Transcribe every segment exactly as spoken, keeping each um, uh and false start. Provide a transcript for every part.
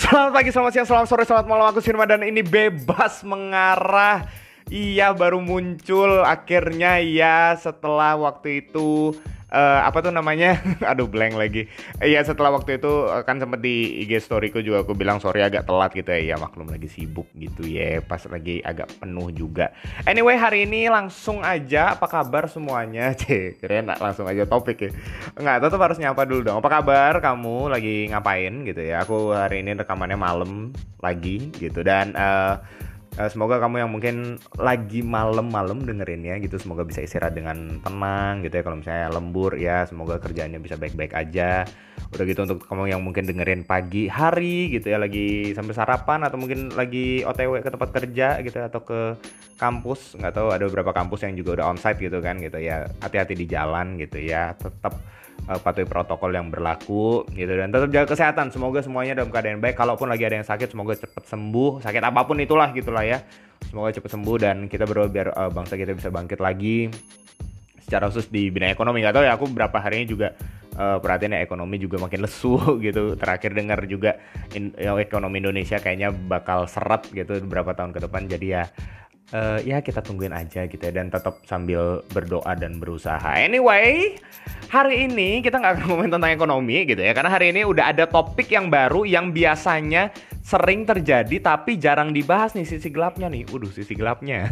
Selamat pagi, selamat siang, selamat sore, selamat malam. Aku Sirma dan ini Bebas Mengarah. Iya, baru muncul akhirnya ya setelah waktu itu eh, apa tuh namanya? Aduh, blank lagi. Iya, setelah waktu itu eh, kan sempet di I G storyku juga aku bilang sorry agak telat gitu ya. Ya maklum lagi sibuk gitu ya. Pas lagi agak penuh juga. Anyway, hari ini langsung aja apa kabar semuanya? Cek, keren langsung aja topik ya. Enggak, tetap harus nyapa dulu dong. Apa kabar kamu? Lagi ngapain gitu ya? Aku hari ini rekamannya malam lagi gitu dan eh Uh, semoga kamu yang mungkin lagi malam-malam dengerin ya gitu, semoga bisa istirahat dengan tenang gitu ya. Kalau misalnya lembur ya, semoga kerjaannya bisa baik-baik aja. Udah gitu untuk kamu yang mungkin dengerin pagi hari gitu ya, lagi sambil sarapan atau mungkin lagi O T W ke tempat kerja gitu atau ke kampus, nggak tahu ada beberapa kampus yang juga udah onsite gitu kan gitu ya. Hati-hati di jalan gitu ya, tetap uh, patuhi protokol yang berlaku gitu dan tetap jaga kesehatan. Semoga semuanya dalam keadaan baik. Kalaupun lagi ada yang sakit, semoga cepat sembuh. Sakit apapun itulah gitulah ya. Semoga cepat sembuh dan kita berdoa biar uh, bangsa kita bisa bangkit lagi. Secara khusus di bidang ekonomi, nggak tahu ya, aku beberapa hari ini juga uh, perhatiin ya ekonomi juga makin lesu gitu. Terakhir dengar juga in, ya, ekonomi Indonesia kayaknya bakal seret gitu beberapa tahun ke depan. Jadi ya Uh, ya kita tungguin aja gitu ya dan tetap sambil berdoa dan berusaha. Anyway, hari ini kita nggak akan ngomongin tentang ekonomi gitu ya, karena hari ini udah ada topik yang baru yang biasanya sering terjadi tapi jarang dibahas nih, sisi gelapnya nih. Waduh, sisi gelapnya.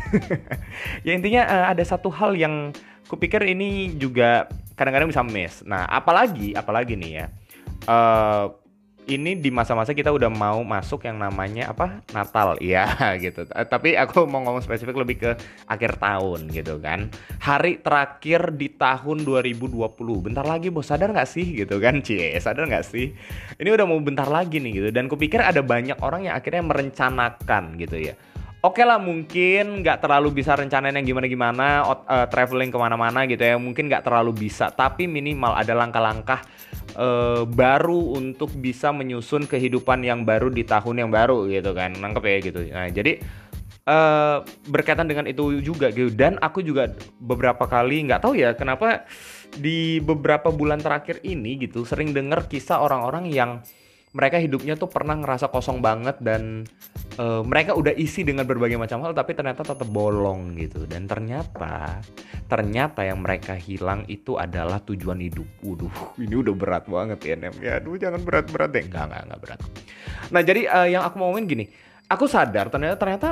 Ya intinya uh, ada satu hal yang kupikir ini juga kadang-kadang bisa miss. Nah, apalagi apalagi nih ya. Uh, Ini di masa-masa kita udah mau masuk yang namanya apa? Natal, ya gitu. Tapi aku mau ngomong spesifik lebih ke akhir tahun gitu kan. Hari terakhir di tahun dua ribu dua puluh. Bentar lagi bos, sadar gak sih gitu kan? Cie, sadar gak sih? Ini udah mau bentar lagi nih gitu. Dan kupikir ada banyak orang yang akhirnya merencanakan gitu ya. Oke lah, mungkin nggak terlalu bisa rencanain yang gimana-gimana, uh, traveling kemana-mana gitu ya. Mungkin nggak terlalu bisa, tapi minimal ada langkah-langkah Uh, baru untuk bisa menyusun kehidupan yang baru di tahun yang baru gitu kan, nangkep ya gitu. Nah jadi uh, berkaitan dengan itu juga gitu, dan aku juga beberapa kali nggak tahu ya kenapa di beberapa bulan terakhir ini gitu sering dengar kisah orang-orang yang mereka hidupnya tuh pernah ngerasa kosong banget dan uh, mereka udah isi dengan berbagai macam hal tapi ternyata tetap bolong gitu. Dan ternyata ternyata yang mereka hilang itu adalah tujuan hidup. Waduh, ini udah berat banget ya Nem. Ya aduh, jangan berat-berat deh. Enggak, enggak, enggak berat. Nah, jadi uh, yang aku mau ngomongin gini. Aku sadar ternyata ternyata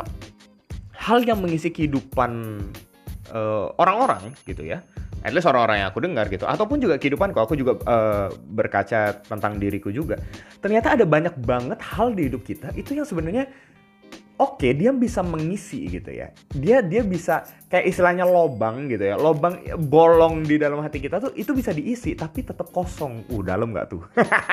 hal yang mengisi kehidupan uh, orang-orang gitu ya. At least orang-orang yang aku dengar gitu, ataupun juga kehidupanku, aku juga uh, berkaca tentang diriku juga. Ternyata ada banyak banget hal di hidup kita itu yang sebenarnya oke, okay, dia bisa mengisi gitu ya. Dia dia bisa kayak istilahnya lobang gitu ya, lobang bolong di dalam hati kita tuh itu bisa diisi, tapi tetap kosong. Uh, dalam nggak tuh?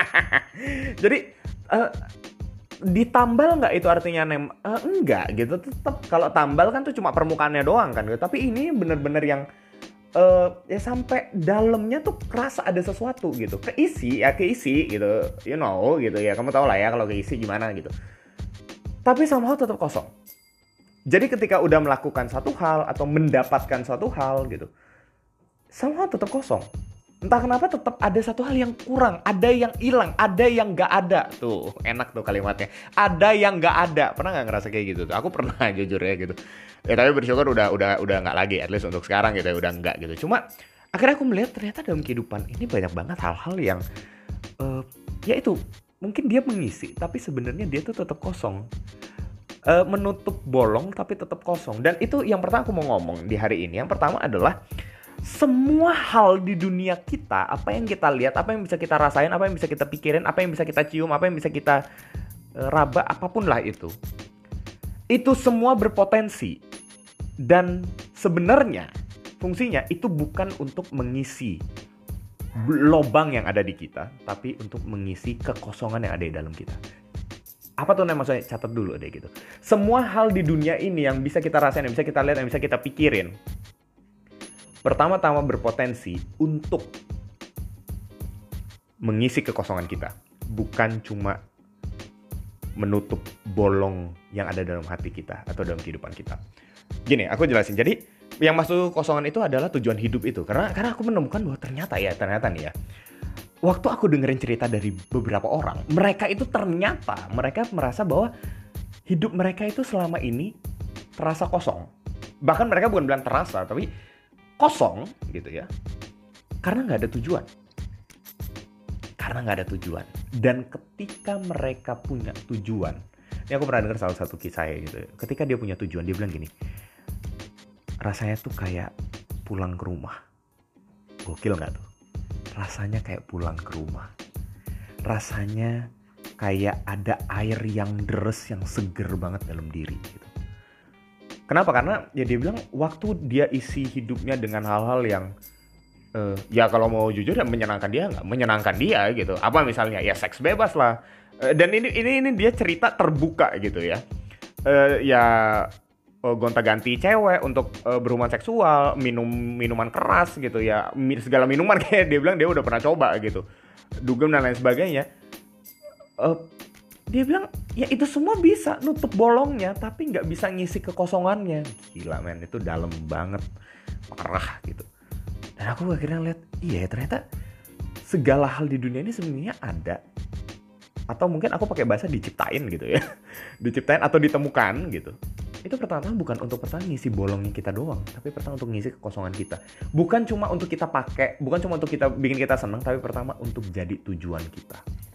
Jadi uh, ditambal nggak itu artinya Nem? Uh, enggak gitu, tetap kalau tambal kan tuh cuma permukaannya doang kan gitu. Tapi ini bener-bener yang Uh, ya sampai dalamnya tuh kerasa ada sesuatu gitu, keisi ya keisi gitu, you know gitu ya, kamu tau lah ya kalau keisi gimana gitu. Tapi somehow tetap kosong. Jadi ketika udah melakukan satu hal atau mendapatkan suatu hal gitu, somehow tetap kosong. Entah kenapa tetap ada satu hal yang kurang, ada yang hilang, ada yang nggak ada. Tuh enak tuh kalimatnya, ada yang nggak ada. Pernah nggak ngerasa kayak gitu tuh? Aku pernah jujur ya gitu. Ya tapi bersyukur udah udah udah nggak lagi, at least untuk sekarang gitu ya, udah nggak gitu. Cuma akhirnya aku melihat ternyata dalam kehidupan ini banyak banget hal-hal yang uh, ya itu mungkin dia mengisi tapi sebenarnya dia tuh tetap kosong, uh, menutup bolong tapi tetap kosong. Dan itu yang pertama aku mau ngomong di hari ini. Yang pertama adalah semua hal di dunia kita, apa yang kita lihat, apa yang bisa kita rasain, apa yang bisa kita pikirin, apa yang bisa kita cium, apa yang bisa kita uh, raba, apapun lah itu. Itu semua berpotensi. Dan sebenarnya fungsinya itu bukan untuk mengisi lubang yang ada di kita, tapi untuk mengisi kekosongan yang ada di dalam kita. Apa tuh namanya? Maksudnya catat dulu deh gitu. Semua hal di dunia ini yang bisa kita rasain, yang bisa kita lihat, yang bisa kita pikirin, pertama-tama berpotensi untuk mengisi kekosongan kita, bukan cuma menutup bolong yang ada dalam hati kita atau dalam kehidupan kita. Gini, aku jelasin. Jadi, yang masuk kosongan itu adalah tujuan hidup itu. Karena karena aku menemukan bahwa ternyata ya, ternyata nih ya, waktu aku dengerin cerita dari beberapa orang, mereka itu ternyata mereka merasa bahwa hidup mereka itu selama ini terasa kosong. Bahkan mereka bukan bilang terasa, tapi kosong gitu ya. Karena nggak ada tujuan. Karena nggak ada tujuan. Dan ketika mereka punya tujuan, ini aku pernah dengar salah satu kisah ya gitu. Ketika dia punya tujuan, dia bilang gini, rasanya tuh kayak pulang ke rumah. Gokil nggak tuh? Rasanya kayak pulang ke rumah. Rasanya kayak ada air yang deres, yang seger banget dalam diri gitu. Kenapa? Karena ya dia bilang waktu dia isi hidupnya dengan hal-hal yang uh, ya kalau mau jujur ya menyenangkan dia nggak? Menyenangkan dia gitu. Apa misalnya ya seks bebas lah. Uh, dan ini ini ini dia cerita terbuka gitu ya. Uh, ya uh, gonta-ganti cewek untuk uh, berhubungan seksual, minum minuman keras gitu ya. Segala minuman kayak dia bilang dia udah pernah coba gitu. Dugem dan lain sebagainya. Uh, dia bilang ya itu semua bisa nutup bolongnya tapi nggak bisa ngisi kekosongannya. Gila men, itu dalam banget, parah gitu. Dan aku akhirnya lihat iya ternyata segala hal di dunia ini sebenarnya ada, atau mungkin aku pakai bahasa diciptain gitu ya. Diciptain atau ditemukan gitu. Itu pertama bukan untuk pertama ngisi bolongnya kita doang, tapi pertama untuk ngisi kekosongan kita. Bukan cuma untuk kita pakai, bukan cuma untuk kita bikin kita senang, tapi pertama untuk jadi tujuan kita.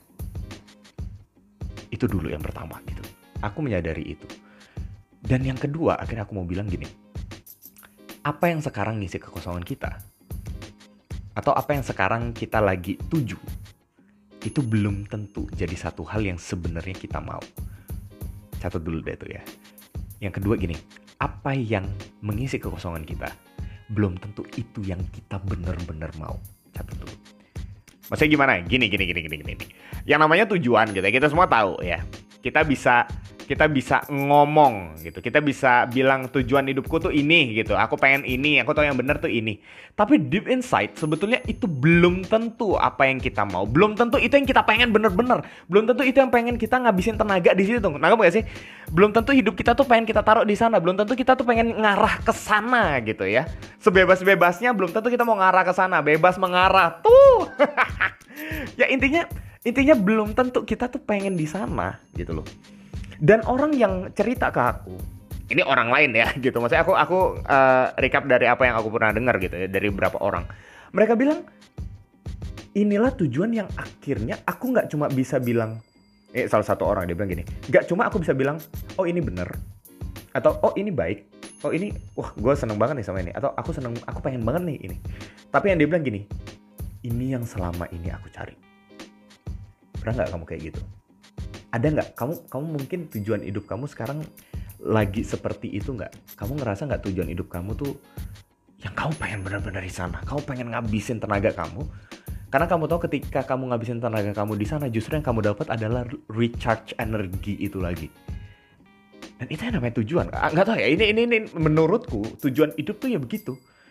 Itu dulu yang pertama gitu. Aku menyadari itu. Dan yang kedua, akhirnya aku mau bilang gini. Apa yang sekarang ngisi kekosongan kita? Atau apa yang sekarang kita lagi tuju? Itu belum tentu jadi satu hal yang sebenarnya kita mau. Catat dulu deh tuh ya. Yang kedua gini. Apa yang mengisi kekosongan kita? Belum tentu itu yang kita benar-benar mau. Catat dulu. Maksudnya gimana? Gini, gini, gini, gini, gini. Yang namanya tujuan gitu ya. Kita semua tahu ya. Kita bisa kita bisa ngomong gitu. Kita bisa bilang tujuan hidupku tuh ini gitu. Aku pengen ini, aku tahu yang benar tuh ini. Tapi deep inside sebetulnya itu belum tentu apa yang kita mau. Belum tentu itu yang kita pengen bener-bener. Belum tentu itu yang pengen kita ngabisin tenaga di situ. Nangkep gak sih? Belum tentu hidup kita tuh pengen kita taruh di sana. Belum tentu kita tuh pengen ngarah ke sana gitu ya. Sebebas-bebasnya belum tentu kita mau ngarah ke sana. Bebas mengarah tuh. Ya intinya intinya belum tentu kita tuh pengen di sana gitu loh. Dan orang yang cerita ke aku, ini orang lain ya gitu. Maksudnya aku aku uh, recap dari apa yang aku pernah dengar gitu ya dari beberapa orang. Mereka bilang inilah tujuan yang akhirnya aku nggak cuma bisa bilang, eh salah satu orang dia bilang gini, nggak cuma aku bisa bilang oh ini bener atau oh ini baik, oh ini wah gue seneng banget nih sama ini, atau aku seneng aku pengen banget nih ini. Tapi yang dia bilang gini, ini yang selama ini aku cari. Pernah nggak kamu kayak gitu? Ada nggak kamu kamu mungkin tujuan hidup kamu sekarang lagi seperti itu nggak? Kamu ngerasa nggak tujuan hidup kamu tuh yang kamu pengen benar-benar di sana? Kamu pengen ngabisin tenaga kamu? Karena kamu tahu ketika kamu ngabisin tenaga kamu di sana, justru yang kamu dapat adalah recharge energi itu lagi. Dan itu yang namanya tujuan. Nggak tahu ya. Ini ini ini menurutku tujuan hidup tuh ya begitu.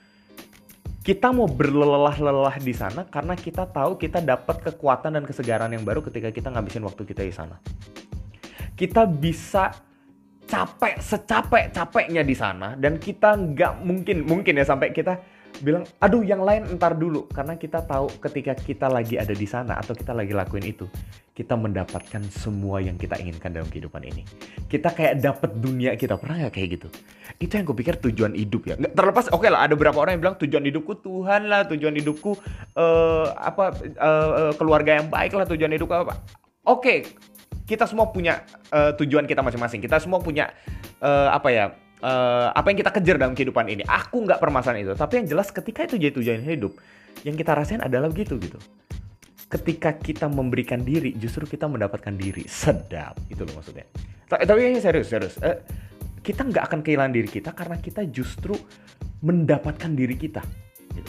Kita mau berlelah-lelah di sana karena kita tahu kita dapat kekuatan dan kesegaran yang baru ketika kita ngabisin waktu kita di sana. Kita bisa capek secapek-capeknya di sana dan kita nggak mungkin mungkin ya sampai kita bilang aduh yang lain entar dulu, karena kita tahu ketika kita lagi ada di sana atau kita lagi lakuin itu kita mendapatkan semua yang kita inginkan dalam kehidupan ini. Kita kayak dapat dunia kita. Pernah nggak kayak gitu? Itu yang gue pikir tujuan hidup ya. Nggak terlepas, oke okay lah ada beberapa orang yang bilang tujuan hidupku Tuhan lah, tujuan hidupku uh, apa uh, keluarga yang baik lah, tujuan hidupku apa. Oke, okay, kita semua punya uh, tujuan kita masing-masing. Kita semua punya uh, apa ya? Uh, apa yang kita kejar dalam kehidupan ini. Aku nggak permasalahan itu. Tapi yang jelas ketika itu jadi tujuan hidup, yang kita rasain adalah begitu gitu. Ketika kita memberikan diri, justru kita mendapatkan diri. Sedap, itu loh maksudnya. Tapi ini serius, serius. Uh, kita nggak akan kehilangan diri kita karena kita justru mendapatkan diri kita. Gitu.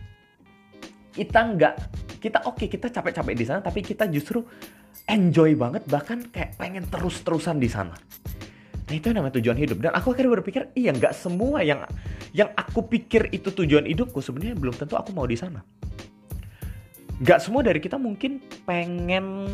Kita nggak, kita oke, okay, kita capek-capek di sana, tapi kita justru enjoy banget, bahkan kayak pengen terus-terusan di sana. Nah itu yang namanya tujuan hidup. Dan aku akhirnya berpikir, iya nggak semua yang yang aku pikir itu tujuan hidupku sebenarnya belum tentu aku mau di sana. Nggak semua dari kita mungkin pengen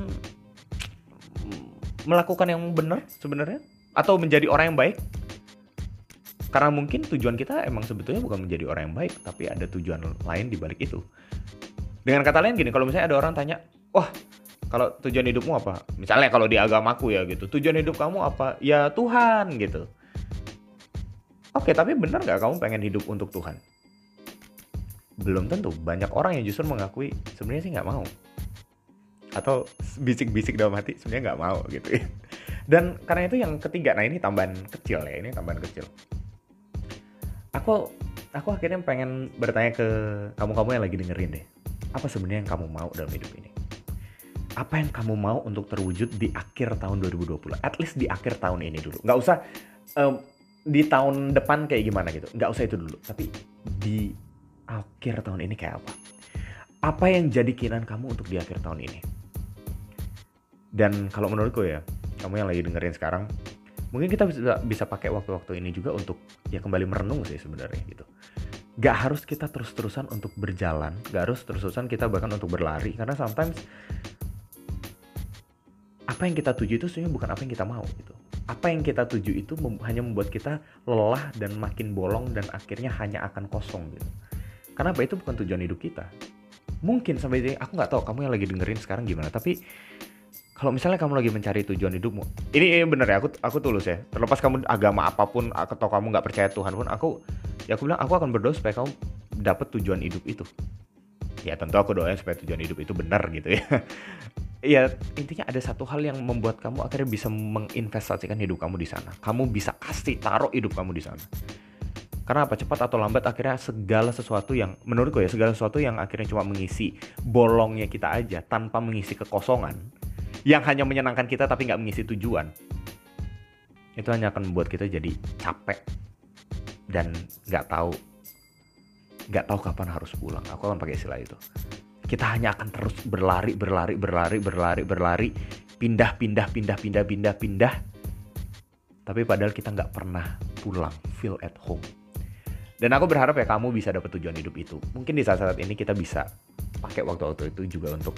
melakukan yang benar sebenarnya, atau menjadi orang yang baik. Karena mungkin tujuan kita emang sebetulnya bukan menjadi orang yang baik, tapi ada tujuan lain di balik itu. Dengan kata lain gini, kalau misalnya ada orang tanya, wah kalau tujuan hidupmu apa? Misalnya kalau di agamaku ya gitu, tujuan hidup kamu apa? Ya Tuhan gitu. Oke, tapi benar nggak kamu pengen hidup untuk Tuhan? Belum tentu. Banyak orang yang justru mengakui sebenarnya sih nggak mau. Atau bisik-bisik dalam hati sebenarnya nggak mau gitu ya. Dan karena itu yang ketiga, nah ini tambahan kecil ya, ini tambahan kecil. Aku aku akhirnya pengen bertanya ke kamu-kamu yang lagi dengerin deh. Apa sebenarnya yang kamu mau dalam hidup ini? Apa yang kamu mau untuk terwujud di akhir tahun dua ribu dua puluh? At least di akhir tahun ini dulu. Nggak usah um, di tahun depan kayak gimana gitu. Nggak usah itu dulu. Tapi di akhir tahun ini kayak apa? Apa yang jadi keinginan kamu untuk di akhir tahun ini? Dan kalau menurutku ya, kamu yang lagi dengerin sekarang, mungkin kita bisa, bisa pakai waktu-waktu ini juga untuk ya kembali merenung sih sebenarnya gitu. Gak harus kita terus-terusan untuk berjalan, gak harus terus-terusan kita bahkan untuk berlari, karena sometimes apa yang kita tuju itu sebenarnya bukan apa yang kita mau gitu. Apa yang kita tuju itu mem- hanya membuat kita lelah dan makin bolong dan akhirnya hanya akan kosong gitu. Karena apa, itu bukan tujuan hidup kita. Mungkin sampai ini, aku gak tahu kamu yang lagi dengerin sekarang gimana, tapi kalau misalnya kamu lagi mencari tujuan hidupmu, ini, ini bener ya, aku aku tulus ya. Terlepas kamu agama apapun atau kamu nggak percaya Tuhan pun, aku ya aku bilang aku akan berdoa supaya kamu dapat tujuan hidup itu. Ya tentu aku doain supaya tujuan hidup itu benar gitu ya. Ya intinya ada satu hal yang membuat kamu akhirnya bisa menginvestasikan hidup kamu di sana. Kamu bisa kasih taruh hidup kamu di sana. Karena apa, cepat atau lambat akhirnya segala sesuatu yang menurutku ya segala sesuatu yang akhirnya cuma mengisi bolongnya kita aja tanpa mengisi kekosongan, yang hanya menyenangkan kita tapi nggak mengisi tujuan, itu hanya akan membuat kita jadi capek dan nggak tahu nggak tahu kapan harus pulang. Aku akan pakai istilah itu. Kita hanya akan terus berlari berlari berlari berlari berlari pindah pindah pindah pindah pindah pindah tapi padahal kita nggak pernah pulang, feel at home. Dan aku berharap ya kamu bisa dapat tujuan hidup itu. Mungkin di saat-saat ini kita bisa pakai waktu-waktu itu juga untuk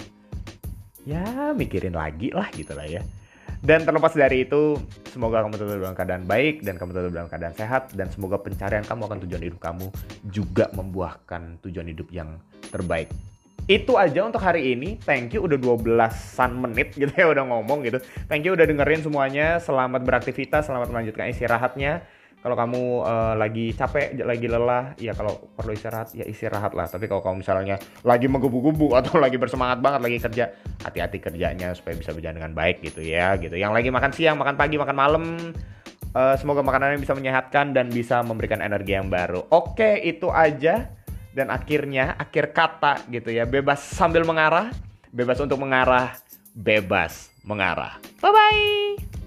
ya mikirin lagi lah gitu lah ya. Dan terlepas dari itu, semoga kamu tetap dalam keadaan baik dan kamu tetap dalam keadaan sehat, dan semoga pencarian kamu akan tujuan hidup kamu juga membuahkan tujuan hidup yang terbaik. Itu aja untuk hari ini. Thank you udah dua belasan menit gitu ya udah ngomong gitu. Thank you udah dengerin semuanya. Selamat beraktivitas, selamat melanjutkan istirahatnya. Kalau kamu uh, lagi capek, lagi lelah, ya kalau perlu istirahat, ya istirahat lah. Tapi kalau kamu misalnya lagi menggebu-gebu atau lagi bersemangat banget lagi kerja, hati-hati kerjanya supaya bisa berjalan dengan baik gitu ya. Gitu. Yang lagi makan siang, makan pagi, makan malam, uh, semoga makanannya bisa menyehatkan dan bisa memberikan energi yang baru. Oke, itu aja. Dan akhirnya, akhir kata gitu ya, bebas sambil mengarah, bebas untuk mengarah, bebas mengarah. Bye-bye!